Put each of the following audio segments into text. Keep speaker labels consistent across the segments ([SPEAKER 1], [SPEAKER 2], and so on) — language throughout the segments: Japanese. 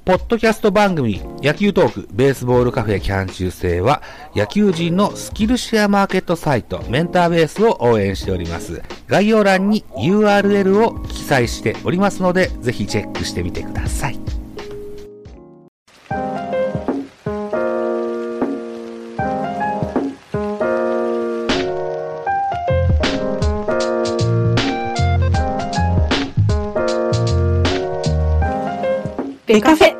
[SPEAKER 1] ポッドキャスト番組野球トークベースボールカフェキャン中世は野球人のスキルシェアマーケットサイトメンターベースを応援しております。概要欄に URL を記載しておりますのでぜひチェックしてみてください。
[SPEAKER 2] ベカフェ。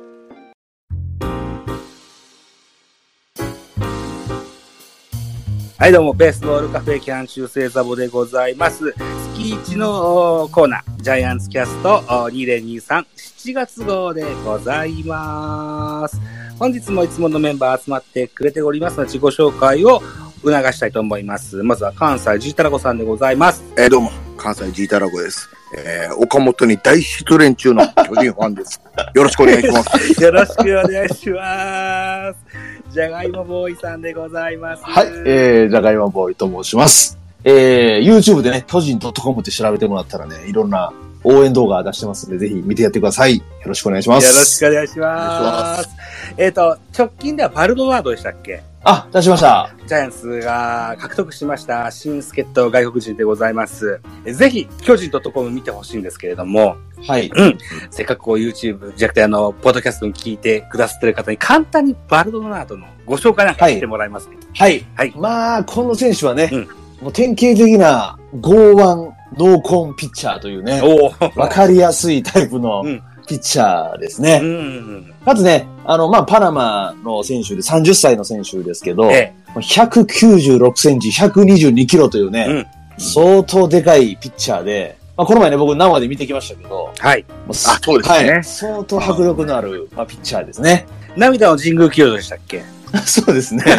[SPEAKER 1] はいどうも、ベースボールカフェキャン中世ザボでございます。月1のコーナー、ジャイアンツキャスト2023、7月号でございます。本日もいつものメンバー集まってくれておりますので、自己紹介を促したいと思います。まずは関西ジータラコさんでございます。
[SPEAKER 3] どうも、関西ジータラコです。岡本に大失恋中の巨人ファンです。よろしくお願いします。
[SPEAKER 1] よろしくお願いします。じゃがいもボーイさんでございます。
[SPEAKER 4] はい、じゃがいもボーイと申します。YouTube でね、巨人.com って調べてもらったらね、いろんな応援動画出してますので、ぜひ見てやってください。よろしくお願いします。
[SPEAKER 1] よろしくお願いします。直近ではバルドナードでしたっけ？
[SPEAKER 4] あ、出しました。
[SPEAKER 1] ジャイアンツが獲得しました新助っ人外国人でございます。ぜひ、巨人.com 見てほしいんですけれども。
[SPEAKER 4] はい。
[SPEAKER 1] うん。せっかくこう YouTube、じゃなくてポッドキャストに聞いてくださってる方に簡単にバルドナードのご紹介なんかしてもらいますね。
[SPEAKER 4] はい。はい。まあ、この選手はね、もう典型的な剛腕ノーコンピッチャーというね、わかりやすいタイプのピッチャーですね。かつね、パナマの選手で30歳の選手ですけど、196センチ、122キロというね、相当でかいピッチャーで、この前ね、僕生で見てきましたけど、
[SPEAKER 1] はい。
[SPEAKER 3] そうですね。
[SPEAKER 4] はい、相当迫力のある、ピッチャーですね。
[SPEAKER 1] 涙の神宮球場でしたっけ？
[SPEAKER 4] そうですね。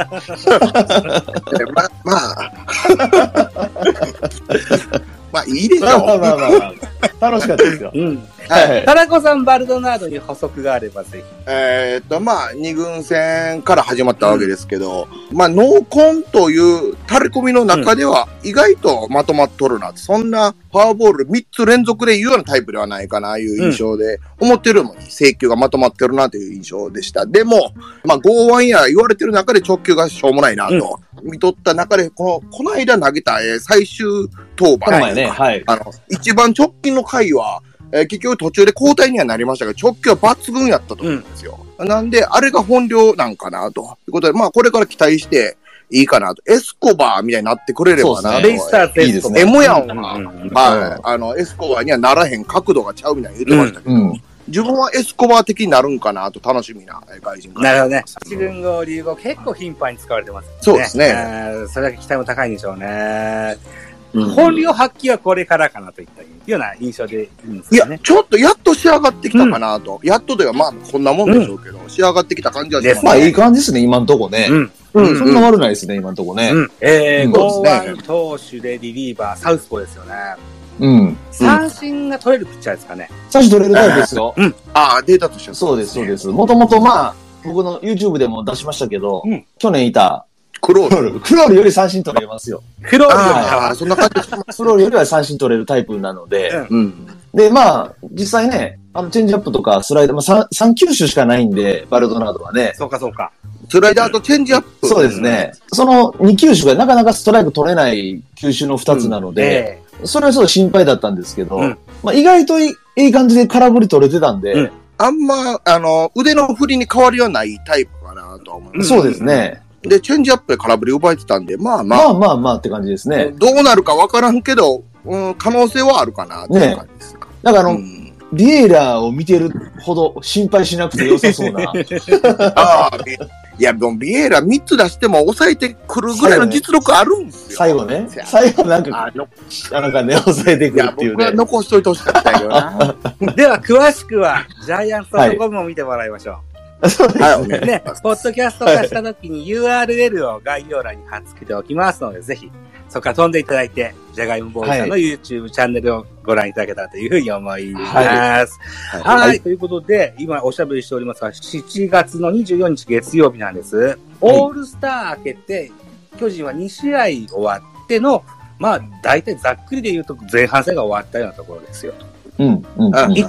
[SPEAKER 3] まあいいでしょう。
[SPEAKER 4] 楽しかったですよ。
[SPEAKER 1] はい。タラコさん、バルドナードに補足があればぜひ。
[SPEAKER 3] 二軍戦から始まったわけですけど、ノーコンという垂れ込みの中では意外とまとまっとるな。そんなフォアボール3つ連続で言うようなタイプではないかな、いう印象で、思ってるのに制球がまとまってるなという印象でした。でも、剛腕や言われてる中で直球がしょうもないなと、見とった中で、この間投げた、最終登板。一番直近の回は、結局途中で交代にはなりましたが、直球は抜群やったと思うんですよ。なんで、あれが本領なんかな、ということで、これから期待していいかなと。エスコバーみたいになってくれればな。
[SPEAKER 1] ベイスターズ
[SPEAKER 3] いいですね。エモヤンは、エスコバーにはならへん角度がちゃうみたいに言ってましたけど、自分はエスコバー的になるんかなと楽しみな外人。
[SPEAKER 1] なるほどね。一軍合流後結構頻繁に使われてますね。
[SPEAKER 3] そうですね。
[SPEAKER 1] それだけ期待も高いんでしょうね。本領発揮はこれからかなといったような印象でいいんですかね。いや、
[SPEAKER 3] ちょっとやっと仕上がってきたかなと。やっとではこんなもんでしょうけど、仕上がってきた感じはします。
[SPEAKER 4] いい感じですね、今んとこね。そんな悪ないですね、今んとこね。
[SPEAKER 1] 剛腕投手でリリーバー、サウスポーですよね。三振が取れるピッチャーですかね。
[SPEAKER 4] 三振取れるタイプですよ。
[SPEAKER 3] データとしては
[SPEAKER 4] そうです、そうです。もともと僕の YouTube でも出しましたけど、去年いた、クロールより三振取れますよ。
[SPEAKER 1] クロールより
[SPEAKER 3] そんな感じです。
[SPEAKER 4] クロールよりは三振取れるタイプなので、で、実際ね、チェンジアップとかスライダー、3球種しかないんで、バルドナードはね。
[SPEAKER 1] そうかそうか。
[SPEAKER 3] スライダーとチェンジアップ。
[SPEAKER 4] そうですね。その2球種がなかなかストライク取れない球種の2つなので、それはちょっと心配だったんですけど、意外といい感じで空振り取れてたんで、
[SPEAKER 3] あんま、腕の振りに変わりはないタイプかなと思います。
[SPEAKER 4] そうですね。
[SPEAKER 3] で、チェンジアップで空振り奪えてたんで、まあ
[SPEAKER 4] って感じですね。
[SPEAKER 3] どうなるかわからんけど、可能性はあるかなっていう感じですか。
[SPEAKER 4] だからビエイラを見てるほど心配しなくて良さそうな。
[SPEAKER 3] いや、でもビエイラ3つ出しても抑えてくるぐらいの実力あるんですよ。
[SPEAKER 4] 最後ね。最後なんかね、抑えてくるっていうね。
[SPEAKER 3] 僕は残しといてほしかったけどな。
[SPEAKER 1] では、詳しくは、ジャイアンツ.comを見てもらいましょう。ね、ポッドキャスト化した時に URL を概要欄に貼っ付けておきますので、ぜひ、そこから飛んでいただいて、ジャガイモボーイさんの YouTube チャンネルをご覧いただけたらというふうに思います。はい。ということで、今おしゃべりしておりますが、7月の24日月曜日なんです。オールスター明けて、巨人は2試合終わっての、大体ざっくりで言うと前半戦が終わったようなところですよ。いた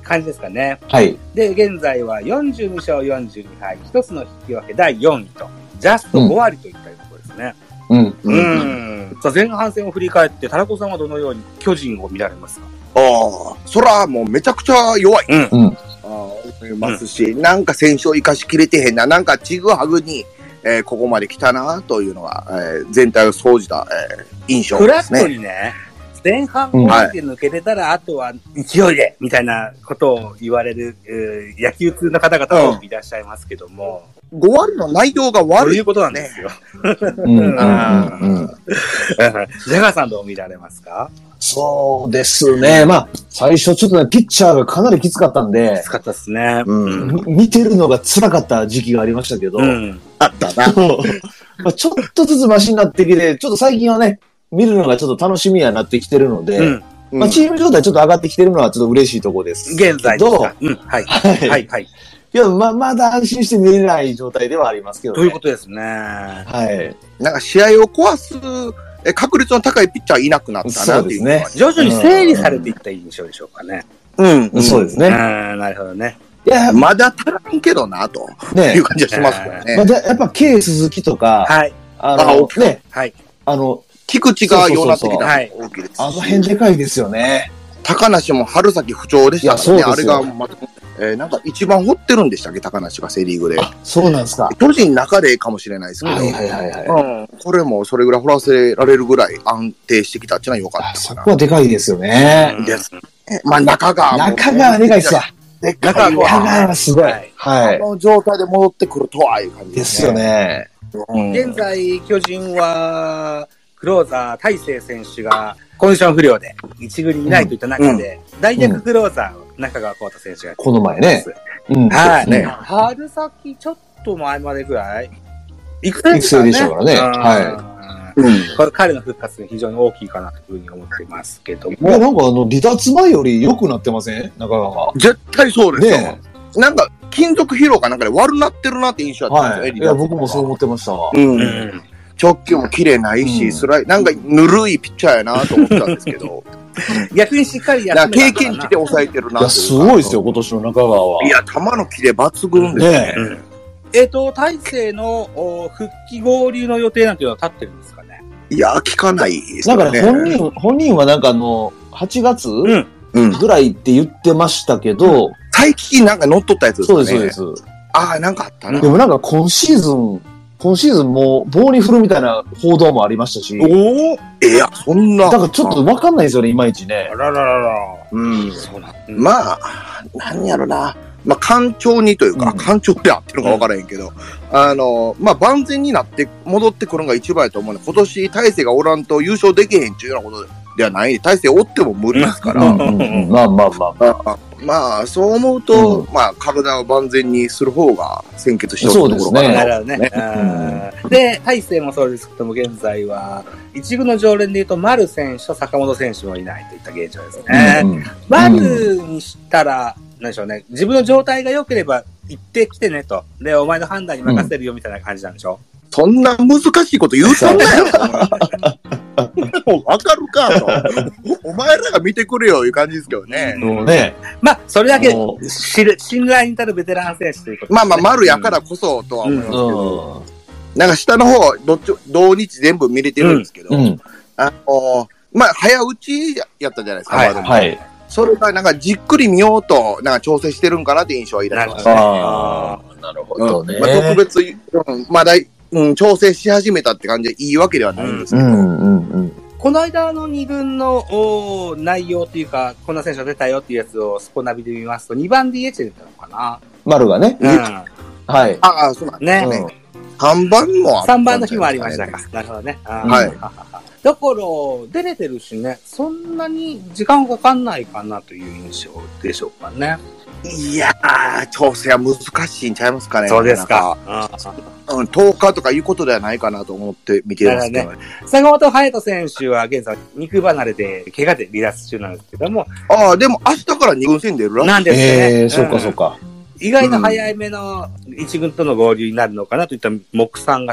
[SPEAKER 1] 感じですかね。
[SPEAKER 4] はい。
[SPEAKER 1] で、現在は42勝42敗、一つの引き分け第4位と、ジャスト5割といったところですね。さあ前半戦を振り返って、タラコさんはどのように巨人を見られますか？
[SPEAKER 3] そらもうめちゃくちゃ弱い。思いますし、なんか戦勝生かしきれてへんな、なんかちぐはぐに、ここまで来たなというのが、全体を総じた、印象ですね。
[SPEAKER 1] フラットにね、前半後半で抜けれたら、あとは勢いで、みたいなことを言われる、野球通の方々多くいらっしゃいますけども。
[SPEAKER 3] 5割の内容が悪い。
[SPEAKER 1] ということなんですよ。ジャガーさんどう見られますか？
[SPEAKER 4] そうですね。まあ、最初ちょっとね、ピッチャーがかなりきつかったんで。
[SPEAKER 1] きつかったですね。
[SPEAKER 4] 見てるのが辛かった時期がありましたけど。
[SPEAKER 3] あったな。
[SPEAKER 4] まあちょっとずつマシになってきて、ちょっと最近はね、見るのがちょっと楽しみになってきてるので、まあチーム状態ちょっと上がってきてるのはちょっと嬉しいところです。
[SPEAKER 1] 現在ですか。はい。はい。
[SPEAKER 4] いや、まだ安心して見れない状態ではありますけどね。
[SPEAKER 1] ということですね。
[SPEAKER 4] はい。
[SPEAKER 3] なんか試合を壊す確率の高いピッチャーいなくなったなっていう。そうです
[SPEAKER 1] ね。徐々に整理されていった印象でしょうかね。
[SPEAKER 4] そうですね。
[SPEAKER 1] なるほどね。
[SPEAKER 3] いや、まだ足らんけどな、という感じはしますよね。
[SPEAKER 4] まだやっぱ K 鈴木とか、
[SPEAKER 1] はい。
[SPEAKER 4] ね。
[SPEAKER 1] はい。
[SPEAKER 3] 菊池がようなってきた。
[SPEAKER 1] はい。
[SPEAKER 3] 大きいです。
[SPEAKER 4] あの辺でかいですよね。
[SPEAKER 3] 高梨も春先不調でしたからね。あれがまた、なんか一番掘ってるんでしたっけ、高梨がセリーグで。
[SPEAKER 4] そうなんですか。
[SPEAKER 3] 巨人の中でかもしれないですけど。これもそれぐらい掘らせられるぐらい安定してきたっていうのは良かったかな。
[SPEAKER 4] そこはでかいですよね。
[SPEAKER 3] ですね。まあ中川
[SPEAKER 4] はでかいっすわ。中川はすごい。はい。
[SPEAKER 3] この状態で戻ってくるとはいう感じ
[SPEAKER 4] ですよね。
[SPEAKER 1] 現在、巨人は、クローザー、大勢選手がコンディション不良で一軍にいないといった中で、大逆クローザーを中川幸太選手が。
[SPEAKER 4] この前ね。
[SPEAKER 1] はい。春先ちょっと前までぐらい育成
[SPEAKER 4] でしょうからね。はい。
[SPEAKER 1] 彼の復活が非常に大きいかなというふうに思ってますけども。
[SPEAKER 4] なんか離脱前より良くなってません？中川。
[SPEAKER 3] 絶対そうですよ。なんか金属疲労かなんかで悪なってるなって印象あったんですよ。
[SPEAKER 4] いや、僕もそう思ってましたわ。
[SPEAKER 3] 直球も綺麗ないし、なんかぬるいピッチャーやなと思ったんですけど。
[SPEAKER 1] 逆にしっかり
[SPEAKER 3] やって経験値で抑えてるな。いや、
[SPEAKER 4] すごいですよ、今年の中川は。
[SPEAKER 3] いや、球のキレ抜群ですね。
[SPEAKER 1] 大勢の復帰合流の予定なんていうのは立ってるんですかね？
[SPEAKER 3] いや、聞かないです
[SPEAKER 4] ね。なんかね、本人はなんか8月ぐらいって言ってましたけど、
[SPEAKER 3] 最近なんか乗っ取ったやつですね。
[SPEAKER 4] そうです。
[SPEAKER 3] ああ、なんかあったな。
[SPEAKER 4] でもなんか今シーズンもう棒に振るみたいな報道もありましたし。
[SPEAKER 3] いや、そんな。
[SPEAKER 4] だからちょっとわかんないですよね、いまいちね。
[SPEAKER 1] あらららら。
[SPEAKER 3] そうなんまあ、何やろな。まあ、干潮にというか、干潮であってるのかわからへんけど、まあ、万全になって戻ってくるのが一番やと思うね。今年大勢がおらんと優勝できへんっていうようなことではない。大勢おっても無理ですから。まあ、そう思うと、まあ、体を万全にする方が先決しておるところかな。
[SPEAKER 1] なるほどね。で、大勢もそうですけども、現在は、一軍の常連で言うと、丸選手と坂本選手もいないといった現状ですね。丸にしたら、なんでしょうね、自分の状態が良ければ行ってきてねと。で、お前の判断に任せるよみたいな感じなんでしょ？
[SPEAKER 3] そんな難しいこと言うとんなよ。わかるかと。お前らが見てくれよいう感じですけどね。
[SPEAKER 1] まあ、それだけ信頼に至るベテラン選手ということで。
[SPEAKER 3] まあまあ、丸やからこそとは思いますけど。なんか下の方、同日全部見れてるんですけど、まあ、早打ちやったじゃないですか。
[SPEAKER 4] はい。
[SPEAKER 3] それがなんかじっくり見ようと、なんか調整してるんかなって印象は抱きましたね。
[SPEAKER 4] なるほどね。
[SPEAKER 3] まあ、特別、まだ、調整し始めたって感じでいいわけではないんですけど。
[SPEAKER 1] この間の2軍の内容というか、こんな選手が出たよっていうやつをスポナビで見ますと、2番 DH で出たのかな？
[SPEAKER 4] 丸がね。はい。
[SPEAKER 3] ああ、そうなんですね。3番もあった。
[SPEAKER 1] 3番の日もありましたか。なるほどね。
[SPEAKER 3] はい。
[SPEAKER 1] だから、出れてるしね、そんなに時間かかんないかなという印象でしょうかね。
[SPEAKER 3] いやー、調整は難しいんちゃいますかね。
[SPEAKER 1] そうですか。
[SPEAKER 3] 10日とかいうことではないかなと思って見てるんですけどね。
[SPEAKER 1] 坂本勇人選手は現在肉離れで怪我で離脱中なんですけども。
[SPEAKER 3] ああ、でも明日から2軍戦出るらしい。
[SPEAKER 1] なんです
[SPEAKER 4] ね。そうか。
[SPEAKER 1] 意外と早めの1軍との合流になるのかなといった目算が立ってるん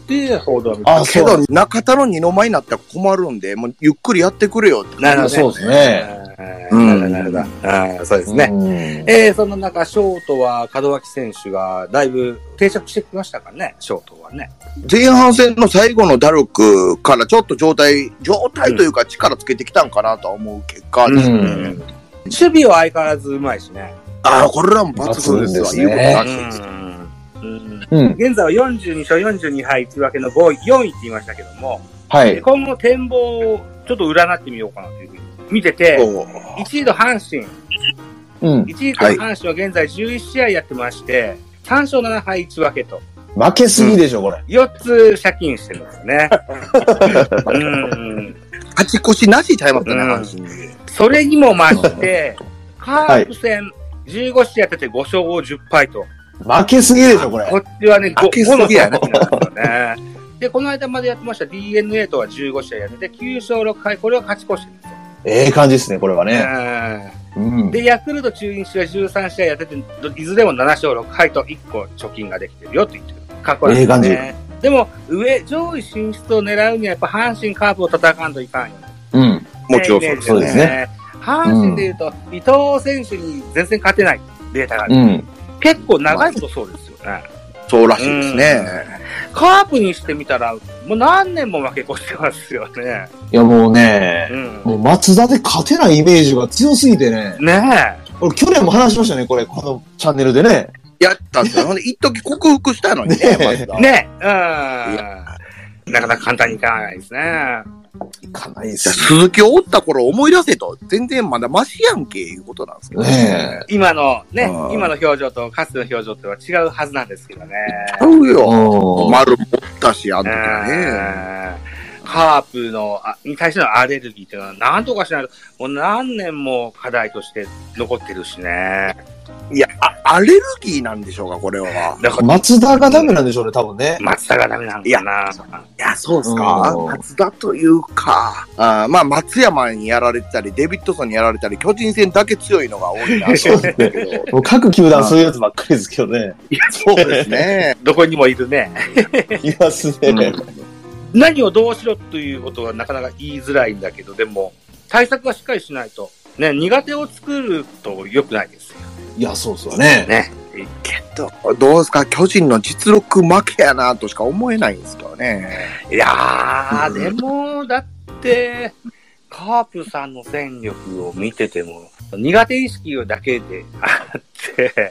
[SPEAKER 1] っていう報道を見
[SPEAKER 3] て。けど、中田の二の舞になったら困るんで、もうゆっくりやってくれよって。
[SPEAKER 1] なるほど、
[SPEAKER 4] そうですね。
[SPEAKER 1] なるほど。そうですね。その中、ショートは門脇選手がだいぶ定着してきましたからね、ショートはね。
[SPEAKER 3] 前半戦の最後の打力からちょっと状態というか力つけてきたんかなと思う結果ですね。
[SPEAKER 1] 守備は相変わらずうまいしね。
[SPEAKER 3] これらも抜群ですわ。いいことなしです。
[SPEAKER 1] 現在は42勝42敗1分けの4位って言いましたけども、今後展望をちょっと占ってみようかなというふうに見てて、1位の阪神、1位の阪神は現在11試合やってまして、3勝7敗1分けと。
[SPEAKER 4] 負けすぎでしょ、これ。
[SPEAKER 1] 4つ借金してるんですね。
[SPEAKER 3] 勝ち越しなしちゃいますね、阪神。
[SPEAKER 1] それにも増して、カープ戦15試合やってて5勝10敗と。
[SPEAKER 4] 負けすぎでしょ、これ。
[SPEAKER 1] こっちはね、
[SPEAKER 3] 負けすぎやね。
[SPEAKER 1] で、この間までやってました DNA とは15試合やってて、9勝6敗、これは勝ち越してるんですよ。
[SPEAKER 4] ええ感じですね、これはね。
[SPEAKER 1] で、ヤクルト中日は13試合やってて、いずれも7勝6敗と1個貯金ができてるよって言ってる。かっこいいですね。でも、上位進出を狙うにはやっぱ阪神カープを戦わんといかんよ。
[SPEAKER 3] もちろんそうですね。
[SPEAKER 1] 阪神で言うと、伊藤選手に全然勝てないデータがある。結構長いことそうですよね。
[SPEAKER 3] そうらしいですね。
[SPEAKER 1] カープにしてみたら、もう何年も負け越してますよね。
[SPEAKER 4] いやもうね、もう松田で勝てないイメージが強すぎてね。俺去年も話しましたね、このチャンネルでね。
[SPEAKER 3] やったんですよ。ほんで、一時克服したのにね、松田。
[SPEAKER 1] なかなか簡単にいかないですね。
[SPEAKER 4] いかないですね。
[SPEAKER 3] 鈴木をおった頃思い出せと、全然まだマシやんけ、いうことなんですけど
[SPEAKER 1] ね。今の表情とかつての表情っては違うはずなんですけどね。
[SPEAKER 3] 違うよ。丸持ったし、あの時はね。
[SPEAKER 1] カープに対してのアレルギーっていうのは何とかしないと、もう何年も課題として残ってるしね。
[SPEAKER 3] いや、アレルギーなんでしょうか、これは。
[SPEAKER 4] だから松田がダメなんでしょうね、多分ね。
[SPEAKER 1] 松田がダメなんかな。
[SPEAKER 3] いや、そうですか。松田というか、まあ、松山にやられてたり、デビッドソンにやられたり、巨人戦だけ強いのが多いなと思うんですけど。
[SPEAKER 4] もう各球団そういうやつばっかりですけどね。
[SPEAKER 3] いや、そうですね。
[SPEAKER 1] どこにもいるね。
[SPEAKER 4] いますね。
[SPEAKER 1] 何をどうしろということはなかなか言いづらいんだけど、でも、対策はしっかりしないと。ね、苦手を作ると良くないですよ。
[SPEAKER 4] いや、そうですよね。
[SPEAKER 3] けど、どうですか、巨人の実力負けやなとしか思えないんですけどね。
[SPEAKER 1] いやー、でも、だって、カープさんの戦力を見てても、苦手意識だけであって、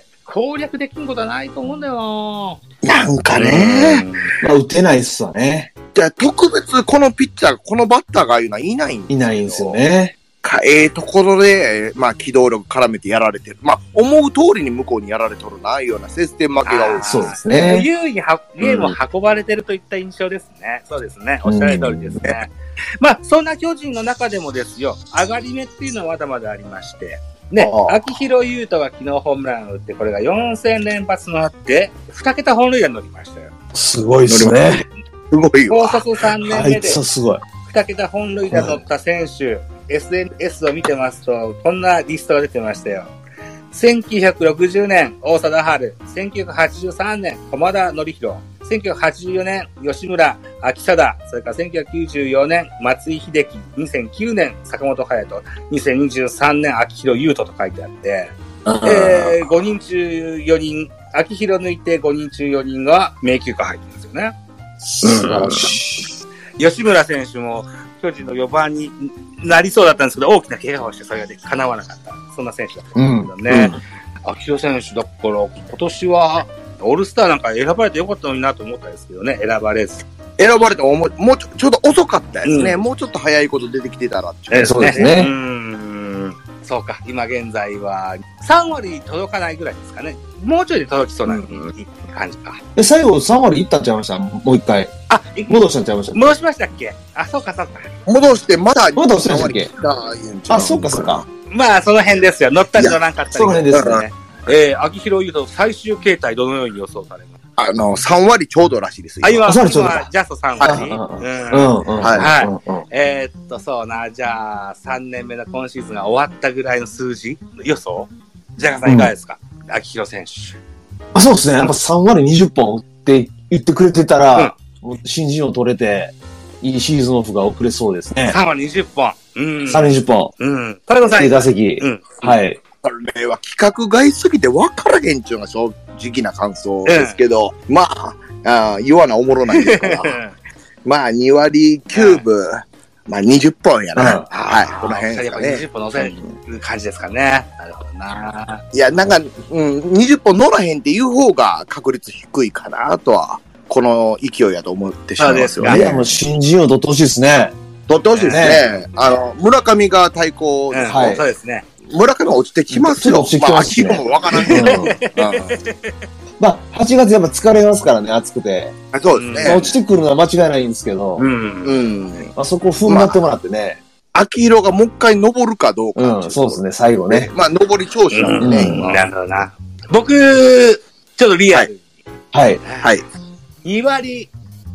[SPEAKER 1] 攻略できんことはないと思うんだよ
[SPEAKER 3] なんかね。
[SPEAKER 4] 打てないっすわね。
[SPEAKER 3] じゃあ、特別このピッチャー、このバッターがいうのはいないんですよ。
[SPEAKER 4] いないんですよね。
[SPEAKER 3] ところで、まあ、機動力絡めてやられてる。まあ、思う通りに向こうにやられとるな、いうような接戦負けが多い。
[SPEAKER 4] そうですね。
[SPEAKER 1] 優位にゲームを運ばれてるといった印象ですね。そうですね。おっしゃる通りですね。まあ、そんな巨人の中でもですよ、上がり目っていうのはまだまだありまして、ね、秋広優斗が昨日ホームランを打って、これが4戦連発のあって、2桁本塁打に乗りましたよ。
[SPEAKER 4] すごいですね。
[SPEAKER 3] すごいわ。
[SPEAKER 1] 高卒3年目で、
[SPEAKER 4] すごい。
[SPEAKER 1] 2桁本塁打乗った選手、SNS を見てますと、こんなリストが出てましたよ。1960年、大貞治。1983年、駒田則弘。1984年、吉村明貞。それから1994年、松井秀喜。2009年、坂本勇人。2023年、秋広優斗と書いてあって、5人中4人、秋広抜いて5人中4人が迷宮化入ってるんですよね。
[SPEAKER 4] 素晴らしい。
[SPEAKER 1] 吉村選手も巨人の4番になりそうだったんですけど、大きな怪我をして、それが叶わなかった。そんな選手だったんですけどね。秋広選手だから、今年は、オールスターなんか選ばれてよかったのになと思ったんですけどね、選ばれず。
[SPEAKER 3] 選ばれてもうちょっと遅かったですね。もうちょっと早いこと出てきてたらって。
[SPEAKER 4] そうですね。
[SPEAKER 1] そうか、今現在は3割届かないぐらいですかね。もうちょいで届きそうな感じか。
[SPEAKER 4] 最後3割いったんちゃいました？もう一回。戻したんちゃいました？
[SPEAKER 1] 戻しましたっけ？そうか。
[SPEAKER 3] 戻して、まだ
[SPEAKER 4] 戻したんしたっけ？そうか。
[SPEAKER 1] まあ、その辺ですよ。乗ったり乗らんかったり。
[SPEAKER 4] その辺です
[SPEAKER 1] ね。秋広優斗最終形態どのように予想されます
[SPEAKER 3] ？3割ちょうどらしいですよ。
[SPEAKER 1] 今ジャスト3割。そうな、じゃあ、3年目の今シーズンが終わったぐらいの数字予想？ジャガさんいかがですか？秋広選手。
[SPEAKER 4] そうですね。やっぱ3割20本って言ってくれてたら、 新人を取れて、いいシーズンオフが遅れそうですね。
[SPEAKER 1] 3話20本。
[SPEAKER 4] 30本。
[SPEAKER 1] 田中さん。
[SPEAKER 4] 打席。はい。
[SPEAKER 3] これは規格外すぎて分からへんっていうのが正直な感想ですけど、まあ、言わなおもろないですから。まあ、2割9分、まあ、20本やな。はい。この辺ですかね。
[SPEAKER 1] やっぱ20本乗せる感じですかね。なるほどな。
[SPEAKER 3] いや、なんか、20本乗らへんっていう方が確率低いかなとは、この勢いやと思ってしまいますよね。
[SPEAKER 4] いや、もう新人を取ってほしいですね。
[SPEAKER 3] 取ってほしいですね。村上が対抗。
[SPEAKER 1] はい。そうですね。
[SPEAKER 3] 村上が落ちてきますよ。まあ、秋もわからんけど。
[SPEAKER 4] まあ、8月やっぱ疲れますからね、暑くて。
[SPEAKER 3] そうですね。
[SPEAKER 4] 落ちてくるのは間違いないんですけど。まあ、そこを踏ん張ってもらってね。
[SPEAKER 3] 秋広がもう一回登るかどうか。
[SPEAKER 4] そうですね、最後ね。
[SPEAKER 3] まあ、登り調子なんでね、今。
[SPEAKER 1] なるほどな。僕、ちょっとリアル。
[SPEAKER 4] はい。
[SPEAKER 3] はい。
[SPEAKER 1] 2割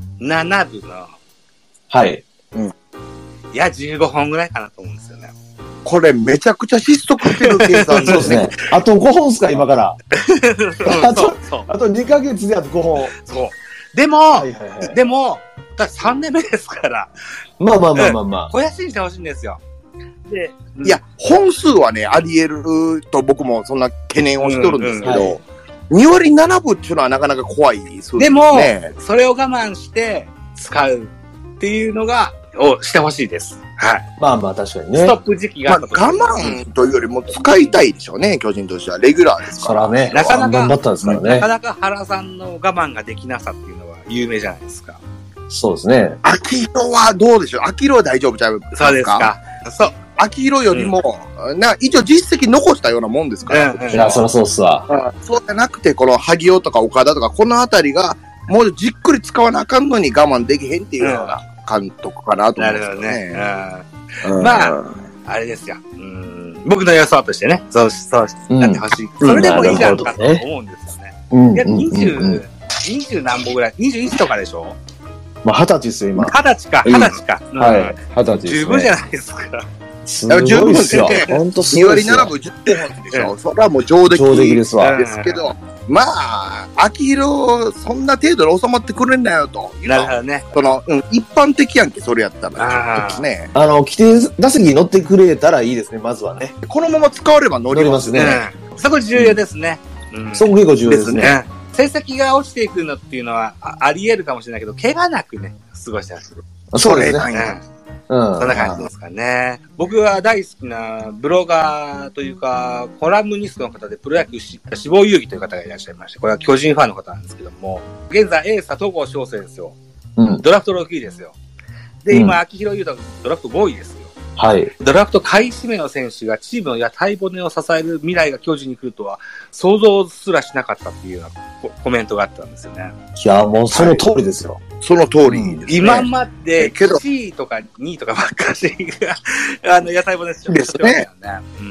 [SPEAKER 1] 7分の。
[SPEAKER 4] はい。
[SPEAKER 1] いや、15本ぐらいかなと思うんですよね。
[SPEAKER 3] これめちゃくちゃ失速してる計算
[SPEAKER 4] ですね。あと5本っすか、今から。あと2ヶ月であと5本。
[SPEAKER 1] そう。でも、3年目ですから。
[SPEAKER 4] まあ。
[SPEAKER 1] 肥やしにしてほしいんですよ。で、
[SPEAKER 3] いや、本数はね、あり得ると僕もそんな懸念をしとるんですけど、2割7分っていうのはなかなか怖い数ですね。
[SPEAKER 1] でも、それを我慢して使うっていうのをしてほしいです。はい。
[SPEAKER 4] まあ確かにね。
[SPEAKER 1] ストップ時期があったと。
[SPEAKER 3] 我慢というよりも使いたいでしょうね、巨人としては。レギュラーですから。
[SPEAKER 4] そらね。
[SPEAKER 1] なかなか、
[SPEAKER 4] 頑張ったんですからね。
[SPEAKER 1] なかなか原さんの我慢ができなさっていうのは有名じゃないですか。
[SPEAKER 4] そうですね。
[SPEAKER 3] 秋広はどうでしょう？秋広は大丈夫ちゃうですか？
[SPEAKER 1] そうですか。そう。
[SPEAKER 3] 秋広よりも、一応実績残したようなもんですから。
[SPEAKER 4] いや、そらそうっすわ。
[SPEAKER 3] そうじゃなくて、この萩尾とか岡田とか、このあたりが、もうじっくり使わなあかんのに我慢できへんっていうような監督かなと思うんですよね。
[SPEAKER 1] まあ、あれですよ。僕の予想としてね、そうなってほしい。それでもいいじゃんかと思うんですよね。いや、20何本ぐらい ?21 とかでしょ？
[SPEAKER 4] まあ、20歳ですよ、今。
[SPEAKER 1] 20歳か。
[SPEAKER 4] はい。20歳です。
[SPEAKER 1] 十分じゃないですか。
[SPEAKER 4] すごいですよ。ほんとすごいですよ。
[SPEAKER 3] 2割7分10本でしょ。それはもう上出来ですわ。ですけど、まあ、秋広、そんな程度で収まってくれんなよと。
[SPEAKER 1] なるほどね。
[SPEAKER 3] 一般的やんけ、それやったら。ちょっとね。
[SPEAKER 4] 規定打席に乗ってくれたらいいですね、まずはね。
[SPEAKER 3] このまま使われば乗りますね。
[SPEAKER 1] そこ重要ですね。
[SPEAKER 4] そこ結構重要ですね。
[SPEAKER 1] 成績が落ちていくのっていうのはあり得るかもしれないけど、怪我なくね、過ごしてほしい。
[SPEAKER 4] そうですね。
[SPEAKER 1] そんな感じですかね。僕は大好きなブロガーというか、コラムニストの方でプロ野球志望遊戯という方がいらっしゃいまして、これは巨人ファンの方なんですけども、現在エースは戸郷翔征ですよ。ドラフト6位ですよ。で、今、秋広優太ドラフト5位ですよ。
[SPEAKER 4] はい。
[SPEAKER 1] ドラフト買い占めの選手がチームの屋台骨を支える未来が巨人に来るとは想像すらしなかったっていうようなコメントがあったんですよね。
[SPEAKER 4] いや、もうその通りですよ。
[SPEAKER 3] その通りですね。
[SPEAKER 1] 今まで1位とか2位とかばっかりが、屋台骨してましたよね。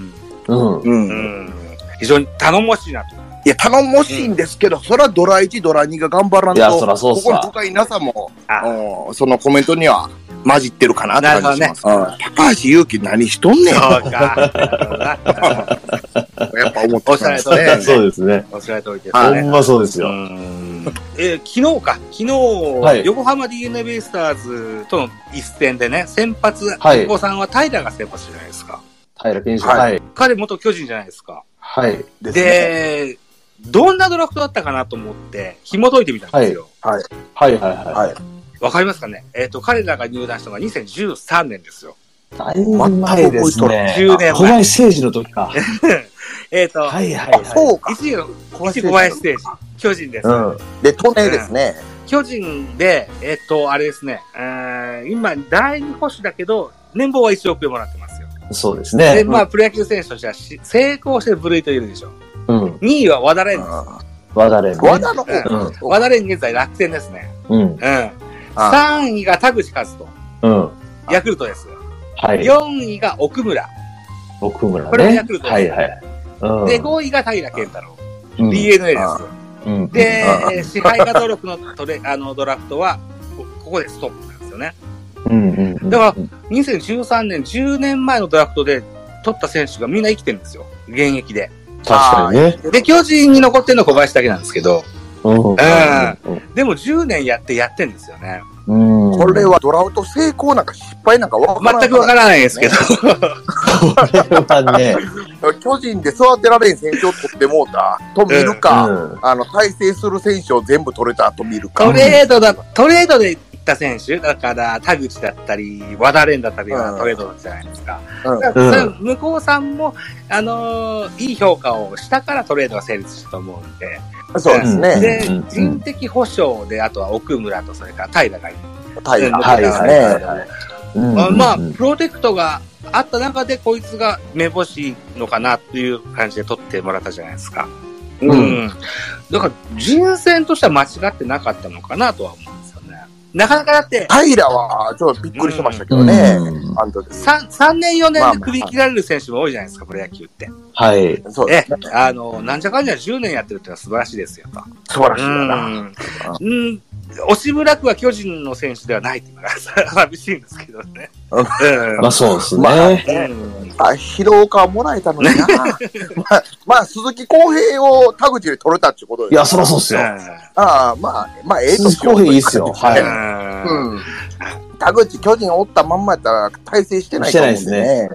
[SPEAKER 1] 非常に頼もしいなと。
[SPEAKER 3] いや、頼もしいんですけど、そらドラ1、ドラ2が頑張らんと、
[SPEAKER 4] いや、そらそうっすわ。
[SPEAKER 3] ここに深いなさも、そのコメントには混じってるかなって感じします。高橋優貴何しとんねん。そうか。やっぱ思ってますね。
[SPEAKER 4] そうですね。
[SPEAKER 1] おっしゃる通りですね。
[SPEAKER 4] ほんまそうですよ。
[SPEAKER 1] 昨日、横浜 DNA ベイスターズとの一戦でね、先発、お子さんは平が先発じゃないですか。
[SPEAKER 4] 平健志。はい。
[SPEAKER 1] 彼元巨人じゃないですか。
[SPEAKER 4] はい。
[SPEAKER 1] で、どんなドラフトだったかなと思って、紐解いてみたんですよ。
[SPEAKER 3] はい。
[SPEAKER 1] わかりますかね？彼らが入団したのが2013年ですよ。
[SPEAKER 4] だいぶ前ですね。
[SPEAKER 1] 10年前。
[SPEAKER 4] 小林誠司の時か。
[SPEAKER 1] はい。
[SPEAKER 3] そうか。
[SPEAKER 1] 1位の小林誠司。巨人です。
[SPEAKER 3] で、トネですね。
[SPEAKER 1] 巨人で、あれですね。今、第2捕手だけど、年俸は1億円もらってますよ。
[SPEAKER 4] そうですね。
[SPEAKER 1] で、まあ、プロ野球選手としては成功して部類といるでしょ。2位は和田蓮です。
[SPEAKER 4] 和田蓮。
[SPEAKER 3] 和田の方。
[SPEAKER 1] 和田蓮現在楽天ですね。3位が田口和人。ヤクルトです。4位が奥村。
[SPEAKER 4] 奥村ね。
[SPEAKER 1] これがヤクルトです。
[SPEAKER 4] はい。
[SPEAKER 1] で、5位が平健太郎。DNA です。で、支配下登録のドラフトは、ここでストップなんですよね。だから、2013年、10年前のドラフトで取った選手がみんな生きてるんですよ。現役で。
[SPEAKER 4] 確かにね。
[SPEAKER 1] で、巨人に残ってるのは小林だけなんですけど。 でも10年やってんですよね。
[SPEAKER 3] これはドラフト成功なんか失敗なんか
[SPEAKER 1] 全くわからないですけど。こ
[SPEAKER 4] れはね。
[SPEAKER 3] 巨人で育てられん選手を取ってもうたと見るか、対戦する選手を全部取れたと見るか。
[SPEAKER 1] トレードで行った選手、だから田口だったり、和田蓮だったりがトレードじゃないですか。向こうさんも、いい評価をしたからトレードが成立したと思うんで。
[SPEAKER 3] そうですね。
[SPEAKER 1] で、人的保障で、あとは奥村とそれから平がいる。
[SPEAKER 3] はいですね。
[SPEAKER 1] まあ、プロテクトがあった中で、こいつが目星のかなっていう感じで取ってもらったじゃないですか。だから、人選としては間違ってなかったのかなとは思うんですよね。なかなかだって。
[SPEAKER 3] 平は、ちょっとびっくりしましたけどね。
[SPEAKER 1] 3年4年で首切られる選手も多いじゃないですか、プロ野球って。
[SPEAKER 4] はい。
[SPEAKER 3] そうですね。
[SPEAKER 1] なんじゃかんじゃ10年やってるってのは素晴らしいですよと。
[SPEAKER 3] 素晴らしいだな。
[SPEAKER 1] 押村区は巨人の選手ではないっていうのが寂しいんですけどね。
[SPEAKER 4] まあそうですね。
[SPEAKER 3] 疲労感もらえたのにな。まあ、鈴木康平を田口で取れたってことです。
[SPEAKER 4] いや、そりゃそうっすよ。
[SPEAKER 3] まあ、
[SPEAKER 4] 鈴木康平いいっすよ。はい。
[SPEAKER 3] 田口巨人おったまんまやったら大成してないと思うんでね。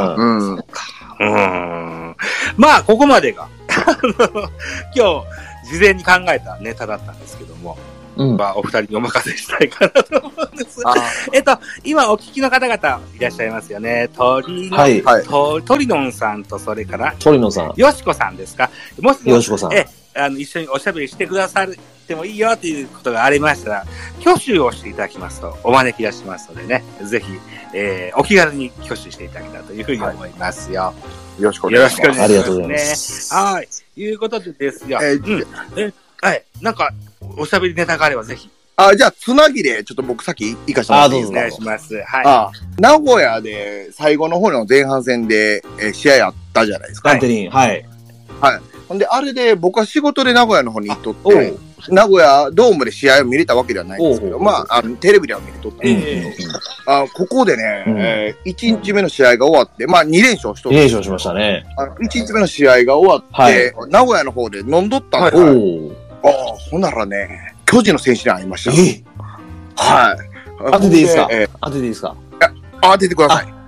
[SPEAKER 1] まあ、ここまでが、今日、事前に考えたネタだったんですけども、お二人にお任せしたいかなと思うんです。今お聞きの方々いらっしゃいますよね。トリノンさんと、それから、
[SPEAKER 4] トリノンさん。
[SPEAKER 1] よしこさんですか。もし
[SPEAKER 4] よしこさん。
[SPEAKER 1] 一緒におしゃべりしてくださってもいいよということがありましたら、挙手をしていただきますと、お招き出しますのでね、ぜひ、お気軽に挙手していただけたらというふうに思いますよ。
[SPEAKER 3] よろしくお願いします。
[SPEAKER 4] ありがとうございます。
[SPEAKER 1] はい。いうことでですよ。はい。なんか、おしゃべりネタがあればぜひ。
[SPEAKER 3] じゃあ、つなぎで、ちょっと僕先行かせてもらっていいですか？
[SPEAKER 1] お願いします。はい。
[SPEAKER 3] 名古屋で、最後の方の前半戦で、試合あったじゃないですか。
[SPEAKER 4] バンテリン、はい。
[SPEAKER 3] はい。ほんで、あれで、僕は仕事で名古屋の方に行っとって、名古屋ドームで試合を見れたわけではないんですけど、まあ、テレビでは見れとったんですけど、ここでね、1日目の試合が終わって、まあ、2連勝しとった。
[SPEAKER 4] 2連勝しましたね。
[SPEAKER 3] 1日目の試合が終わって、名古屋の方で飲んどったんですよ。ほんならね、巨人の選手に会いました。はい。
[SPEAKER 4] 当てていいですか？当てていいですか？
[SPEAKER 3] 当ててください。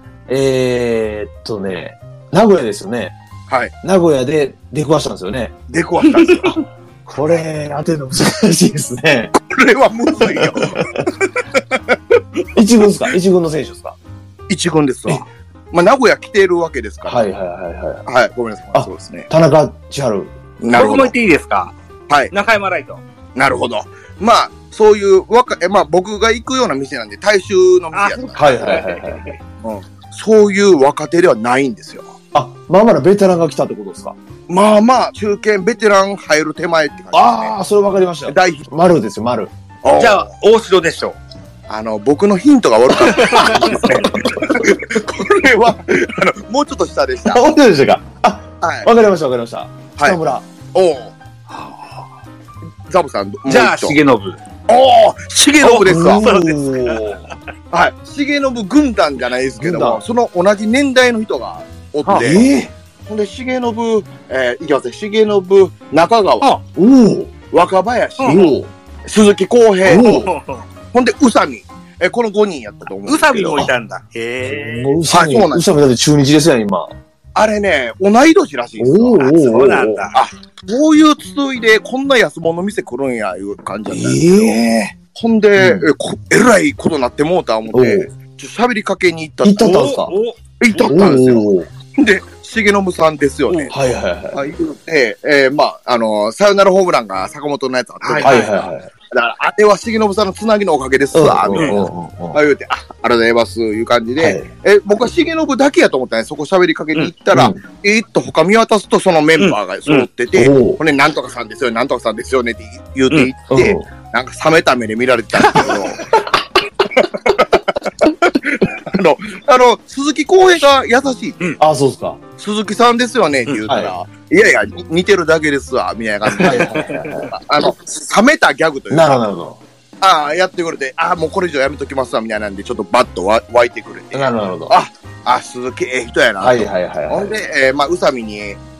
[SPEAKER 4] 名古屋ですよね。
[SPEAKER 3] はい。
[SPEAKER 4] 名古屋で出くわしたんですよね。
[SPEAKER 3] 出くわしたんですよ。
[SPEAKER 4] これ、当てるの難しいですね。
[SPEAKER 3] これはむずいよ。
[SPEAKER 4] 一軍ですか？一軍の選手ですか？
[SPEAKER 3] 一軍ですわ。まあ、名古屋来てるわけですから。はい、ごめんなさい。そうですね。
[SPEAKER 4] 田中千春。
[SPEAKER 1] なるほど。僕も言っていいですか？はい。中山ライト。
[SPEAKER 3] なるほど。まあ、そういうまあ僕が行くような店なんで、大衆の店やった。
[SPEAKER 4] はい。
[SPEAKER 3] そういう若手ではないんですよ。
[SPEAKER 4] まあまだベテランが来たってことですか？
[SPEAKER 3] まあまあ、中堅ベテラン入る手前って感じですね。
[SPEAKER 4] それ分かりました。丸ですよ、丸。
[SPEAKER 1] じゃあ、大城でしょう。
[SPEAKER 3] 僕のヒントが悪かったですね。これは、もうちょっと下でした。
[SPEAKER 4] 本当でしたか？はい。わかりました。北村。
[SPEAKER 3] ザブさん、
[SPEAKER 1] じゃあ、重信。
[SPEAKER 3] 重信ですわ。そうですはい。重信軍団じゃないですけども、その同じ年代の人がおって、ほんで、重信、いきますね、重信、中川、若林、鈴木康平、ほんで、宇佐美。この5人やったと思うんですけど。
[SPEAKER 1] 宇佐美もいたんだ。へ
[SPEAKER 4] ぇ。宇佐美だって中日ですよ、今。
[SPEAKER 3] あれね、同い年らしいんですよ。
[SPEAKER 1] そうなんだ。
[SPEAKER 3] そういう集いでこんな安物の店来るんや、いう感じだったんですよ。ほんで、えらいことなってもうた思って、喋りかけに行ったんですか？行ったんですよ。で、重信さんですよね。言うて、まあ、サヨナラホームランが坂本のやつあって。だから、あれは重信さんのつなぎのおかげですわ、みたいな。言うて、ありがとうございます、いう感じで、僕は重信だけやと思ったね。そこ喋りかけに行ったら、他見渡すとそのメンバーが揃ってて、これなんとかさんですよね、なんとかさんですよねって言うて行って、なんか冷めた目で見られてたんですけど、鈴木康平が優しい。
[SPEAKER 4] そうですか。
[SPEAKER 3] 鈴木さんですよねって言うたら、いやいや、似てるだけですわ、みたいな感じで。冷めたギャグというか。
[SPEAKER 4] なるほど。
[SPEAKER 3] やってくれて、もうこれ以上やめときますわ、みたいなんで、ちょっとバッと湧いてくれて。
[SPEAKER 4] なるほど。
[SPEAKER 3] 鈴木人やな。ほんで、まあ、宇佐美に、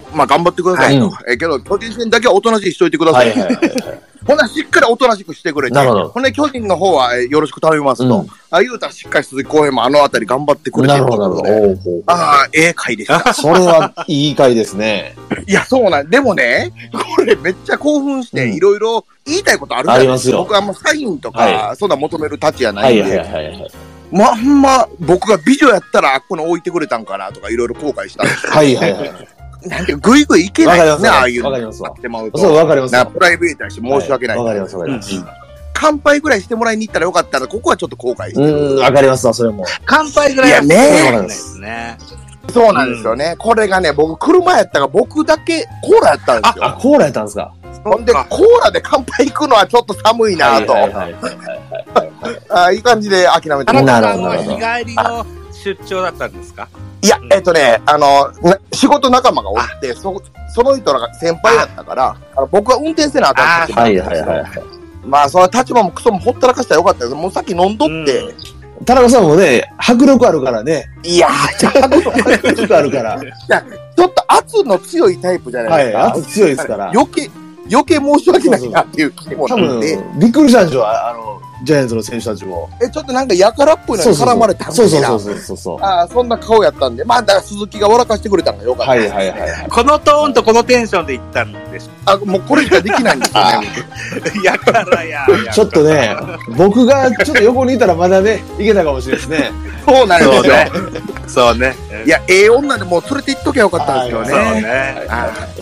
[SPEAKER 3] まあ頑張ってくださいと。けど、巨人戦だけはおとなしくしといてください。ほな、しっかりおとなしくしてくれて。なるほど。ほんで、巨人の方はよろしく頼みますと。言うたらしっかり鈴木康平もあのあたり頑張ってくれてる。なるほど、なるほど。ああ、回でした。
[SPEAKER 4] それはいい回ですね。
[SPEAKER 3] いや、そうなん。でもね、これめっちゃ興奮して、いろいろ言いたいことあるじゃないですか。僕はもうサインとか、そんな求めるたちやないんで。まんま、僕が美女やったら、この置いてくれたんかなとかいろいろ後悔したんですよ。はいはいはい。なんかぐいぐいいけないですね、ああいうの。わかりますわ。そう、わかります。プライベートだし申し訳ない。わかります、わかります。乾杯ぐらいしてもらいに行ったらよかったら、ここはちょっと後悔してる。わかりますわ、それも。乾杯ぐらいはしてもらいたいですね。そうなんですよね。これがね、僕、車やったから僕だけコーラやったんですよ。あ、コーラやったんですか。ほんで、コーラで乾杯行くのはちょっと寒いなと。いい感じで諦めてます。なるほど。日帰りの出張だったんですか？いや、仕事仲間がおって、その人らが先輩だったから、僕は運転せなあかんって言って。まあ、その立場もクソもほったらかしたらよかったです。もうさっき飲んどって。田中さんもね、迫力あるからね。いやー、迫力あるから。いや、ちょっと圧の強いタイプじゃないですか。はい、圧強いですから。余計申し訳ないなっていう気もなって。びっくりしたんでしょ、ジャイアンツの選手たちも。ちょっとなんかやからっぽいのに絡まれたんですよ。そう。そんな顔やったんで、まあ、だから鈴木が笑かしてくれたのがよかった。はい。このトーンとこのテンションで行ったんでしょ。もうこれしかできないんですよね。やからや。ちょっとね、僕がちょっと横にいたらまだね、いけたかもしれないですね。そうなんですよ。そうね。いや、女でもう連れて行っときゃよかったんですよね。そうね。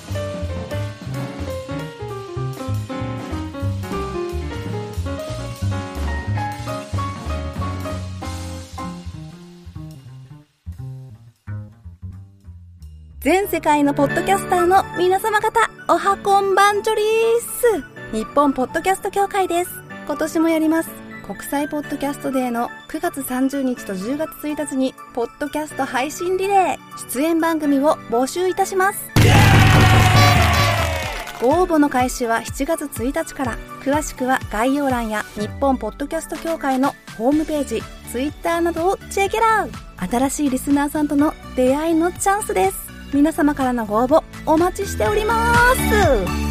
[SPEAKER 2] 全世界のポッドキャスターの皆様方、おはこんばんちょりーす。日本ポッドキャスト協会です。今年もやります。国際ポッドキャストデーの9月30日と10月1日に、ポッドキャスト配信リレー、出演番組を募集いたします。ご応募の開始は7月1日から。詳しくは概要欄や日本ポッドキャスト協会のホームページ、ツイッターなどをチェケラウ。新しいリスナーさんとの出会いのチャンスです。皆様からのご応募お待ちしております。